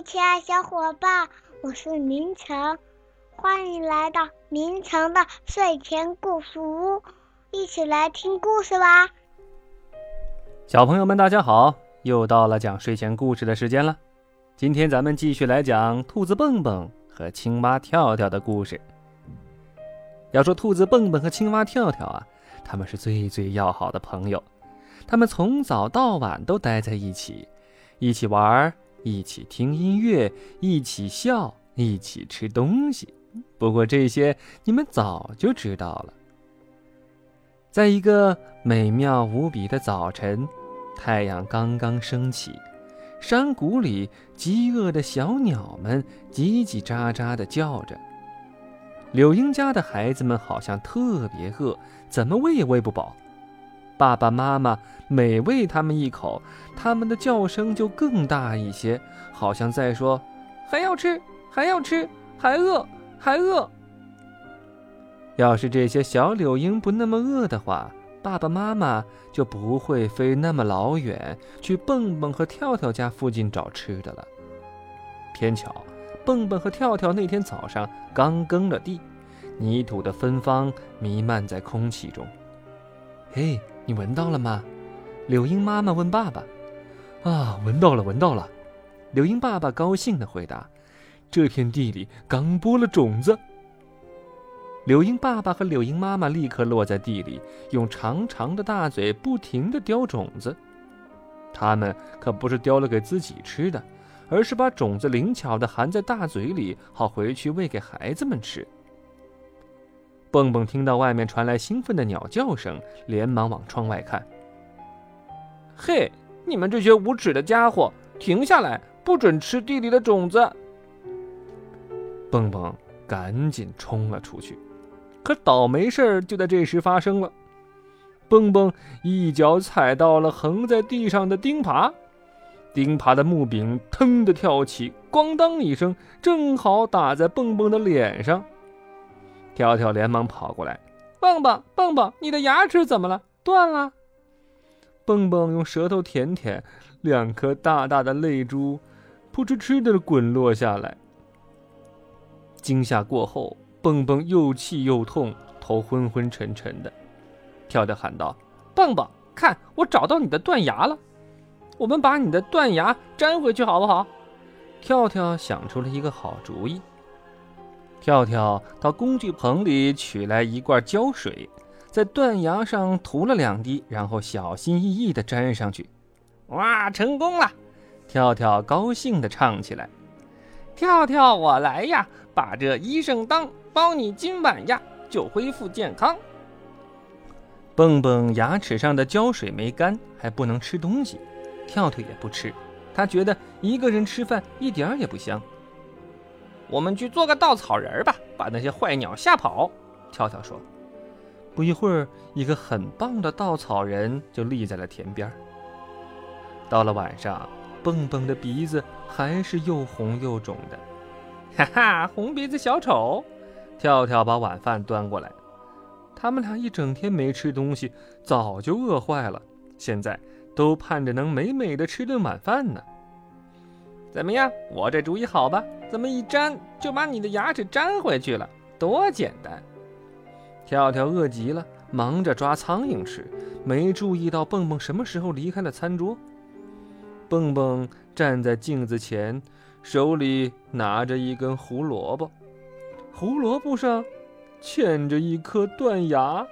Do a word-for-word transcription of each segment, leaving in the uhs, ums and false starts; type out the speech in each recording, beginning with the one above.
亲爱小伙伴，我是明成，欢迎来到明成的睡前故事屋，一起来听故事吧。 小朋友们大家好，又到了讲睡前故事的时间了。今天咱们继续来讲兔子蹦蹦和青蛙跳跳的故事。要说兔子蹦蹦和青蛙跳跳啊，他们是最最要好的朋友，他们从早到晚都待在一起，一起玩，一起听音乐，一起笑，一起吃东西。不过这些你们早就知道了。在一个美妙无比的早晨，太阳刚刚升起，山谷里饥饿的小鸟们叽叽喳喳地叫着。柳英家的孩子们好像特别饿，怎么喂也喂不饱。爸爸妈妈每喂他们一口，他们的叫声就更大一些，好像在说还要吃，还要吃，还饿，还饿。要是这些小柳莺不那么饿的话，爸爸妈妈就不会飞那么老远去蹦蹦和跳跳家附近找吃的了。偏巧蹦蹦和跳跳那天早上刚耕了地，泥土的芬芳弥漫在空气中。嘿，你闻到了吗？柳莺妈妈问爸爸。啊，闻到了，闻到了。柳莺爸爸高兴地回答，这片地里刚播了种子。柳莺爸爸和柳莺妈妈立刻落在地里，用长长的大嘴不停地叼种子。他们可不是叼了给自己吃的，而是把种子灵巧地含在大嘴里，好回去喂给孩子们吃。蹦蹦听到外面传来兴奋的鸟叫声，连忙往窗外看。嘿，你们这些无耻的家伙，停下来，不准吃地里的种子！蹦蹦赶紧冲了出去。可倒霉事就在这时发生了，蹦蹦一脚踩到了横在地上的钉耙，钉耙的木柄腾地跳起，咣当一声，正好打在蹦蹦的脸上。跳跳连忙跑过来，蹦蹦蹦蹦，你的牙齿怎么了？断了。蹦蹦用舌头舔舔，两颗大大的泪珠扑哧哧地滚落下来。惊吓过后，蹦蹦又气又痛，头昏昏沉沉的。跳跳喊道，蹦蹦，看，我找到你的断牙了，我们把你的断牙粘回去好不好？跳跳想出了一个好主意。跳跳到工具棚里取来一罐胶水，在断牙上涂了两滴，然后小心翼翼地粘上去。哇，成功了！跳跳高兴地唱起来。跳跳我来呀，把这医生当，包你今晚呀就恢复健康。蹦蹦牙齿上的胶水没干，还不能吃东西，跳跳也不吃，他觉得一个人吃饭一点也不香。我们去做个稻草人吧，把那些坏鸟吓跑。跳跳说。不一会儿，一个很棒的稻草人就立在了田边。到了晚上，蹦蹦的鼻子还是又红又肿的。哈哈，红鼻子小丑！跳跳把晚饭端过来。他们俩一整天没吃东西，早就饿坏了，现在都盼着能美美的吃顿晚饭呢。怎么样，我这主意好吧？怎么一粘就把你的牙齿粘回去了，多简单！跳跳饿极了，忙着抓苍蝇吃，没注意到蹦蹦什么时候离开了餐桌。蹦蹦站在镜子前，手里拿着一根胡萝卜，胡萝卜上嵌着一颗断牙。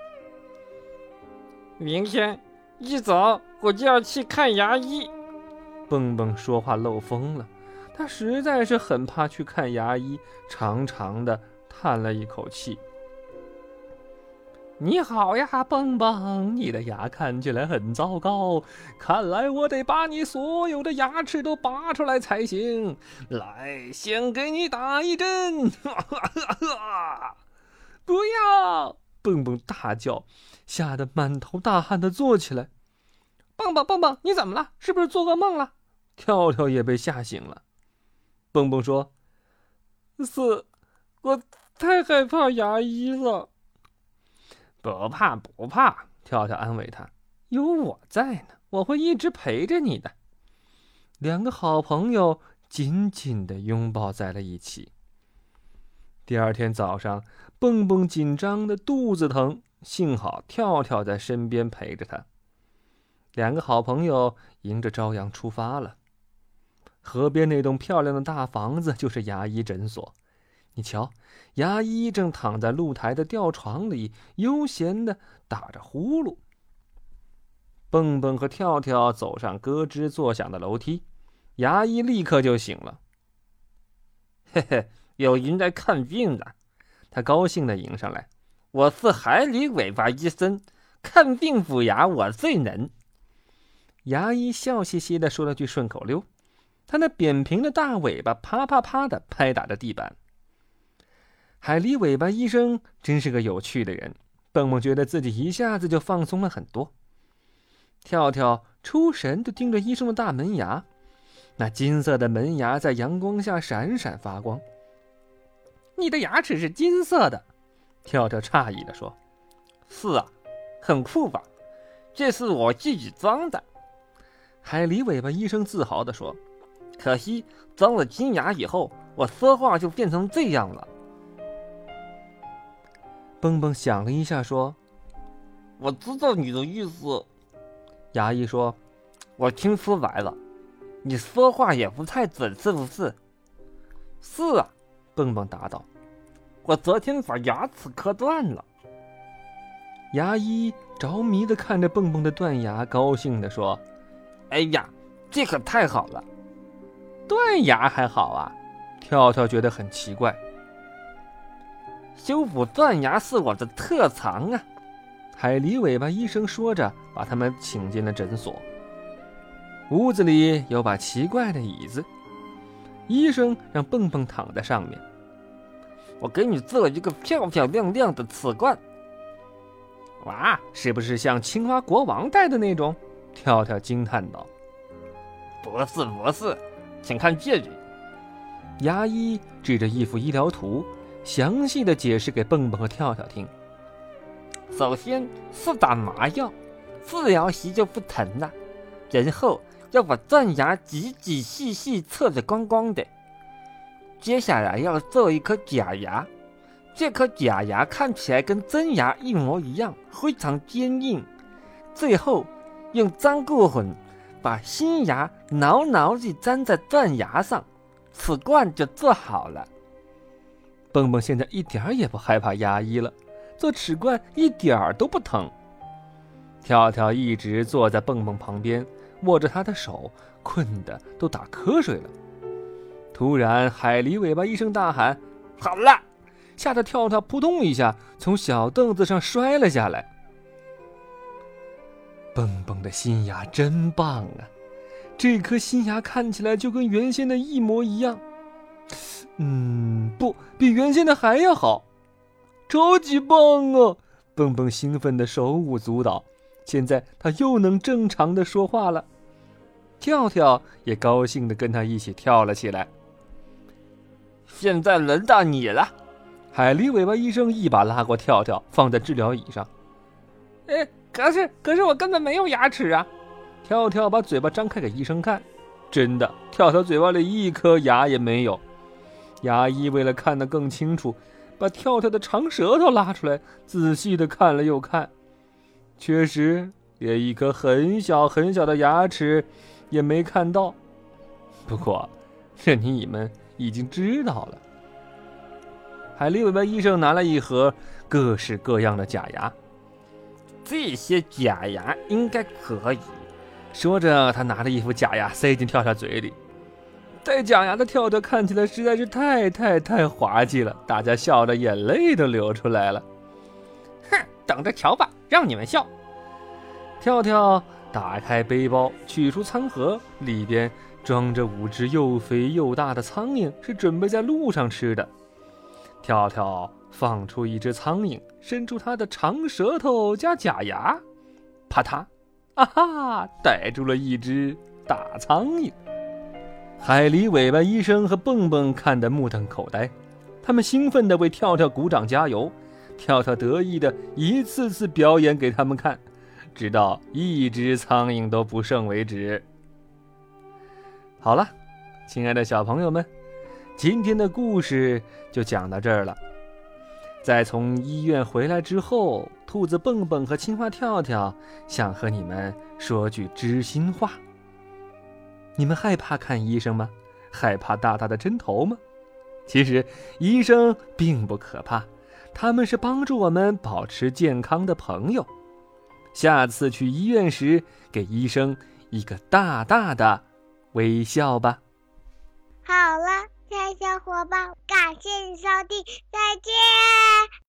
明天一早我就要去看牙医。 蹦蹦说话漏风了，他实在是很怕去看牙医，长长的叹了一口气。你好呀，蹦蹦，你的牙看起来很糟糕，看来我得把你所有的牙齿都拔出来才行。来，先给你打一针。不要！蹦蹦大叫，吓得满头大汗地坐起来。蹦蹦蹦蹦，你怎么了？是不是做噩梦了？跳跳也被吓醒了。蹦蹦说， 是，我太害怕牙医了。 不怕不怕，跳跳安慰他，有我在呢，我会一直陪着你的。两个好朋友紧紧地拥抱在了一起。第二天早上，蹦蹦紧张的肚子疼，幸好跳跳在身边陪着他。两个好朋友迎着朝阳出发了。河边那栋漂亮的大房子就是牙医诊所。你瞧，牙医正躺在露台的吊床里，悠闲地打着呼噜。蹦蹦和跳跳走上咯吱作响的楼梯，牙医立刻就醒了。嘿嘿，有人来看病了，他高兴地迎上来。我是海狸尾巴医生，看病补牙我最能。牙医笑嘻嘻地说了句顺口溜，他那扁平的大尾巴啪啪啪地拍打着地板。海狸尾巴医生真是个有趣的人，蹦蹦觉得自己一下子就放松了很多。跳跳出神地盯着医生的大门牙，那金色的门牙在阳光下闪闪发光。你的牙齿是金色的，跳跳诧异地说。是啊，很酷吧？这是我自己装的。海狸尾巴医生自豪地说。可惜装了金牙以后，我说话就变成这样了。蹦蹦想了一下说，我知道你的意思。牙医说，我听出来了，你说话也不太准，是不是？是啊，蹦蹦答道。我昨天把牙齿磕断了。牙医着迷地看着蹦蹦的断牙，高兴地说，哎呀，这可太好了。断牙还好啊？跳跳觉得很奇怪。修补断牙是我的特长啊。海狸尾巴医生说着，把他们请进了诊所。屋子里有把奇怪的椅子，医生让蹦蹦躺在上面。我给你做了一个漂漂亮亮的齿冠。哇，是不是像青蛙国王戴的那种？跳跳惊叹道。不是不是，请看这里。牙医指着一幅医疗图，详细的解释给蹦蹦和跳跳听。首先是打麻药，治疗时就不疼了，然后要把断牙仔仔细细测得光光的。接下来要做一颗假牙，这颗假牙看起来跟真牙一模一样，非常坚硬。最后用粘固粉把新牙牢牢地粘在断牙上，齿冠就做好了。蹦蹦现在一点也不害怕牙医了，做齿冠一点都不疼。跳跳一直坐在蹦蹦旁边，握着他的手，困得都打瞌睡了。突然海狸尾巴医生大喊，好了，吓得跳跳扑通一下从小凳子上摔了下来。蹦蹦的新牙真棒啊，这颗新牙看起来就跟原先的一模一样。嗯，不，比原先的还要好，超级棒啊！蹦蹦兴奋的手舞足蹈，现在他又能正常的说话了。跳跳也高兴的跟他一起跳了起来。现在轮到你了。海狸尾巴医生一把拉过跳跳，放在治疗椅上。哎，可是可是我根本没有牙齿啊！跳跳把嘴巴张开给医生看，真的，跳跳嘴巴里一颗牙也没有。牙医为了看得更清楚，把跳跳的长舌头拉出来，仔细的看了又看，确实连一颗很小很小的牙齿也没看到。不过这你们已经知道了。海狸尾巴医生拿了一盒各式各样的假牙，这些假牙应该可以。说着，他拿了一副假牙塞进跳跳嘴里。戴假牙的跳跳看起来实在是太太太滑稽了，大家笑得眼泪都流出来了。哼，等着瞧吧，让你们笑。跳跳打开背包，取出餐盒，里边装着五只又肥又大的苍蝇，是准备在路上吃的。跳跳放出一只苍蝇，伸出它的长舌头加假牙，啪嗒，啊哈，逮住了一只大苍蝇。海狸尾巴医生和蹦蹦看得目瞪口呆，他们兴奋地为跳跳鼓掌加油，跳跳得意地一次次表演给他们看，直到一只苍蝇都不剩为止。好了， 亲爱的小朋友们，今天的故事就讲到这儿了。在从医院回来之后，兔子蹦蹦和青蛙跳跳想和你们说句知心话。你们害怕看医生吗？害怕大大的针头吗？其实医生并不可怕，他们是帮助我们保持健康的朋友。下次去医院时，给医生一个大大的微笑吧。 好了，亲爱的小伙伴，感谢你收听，再见。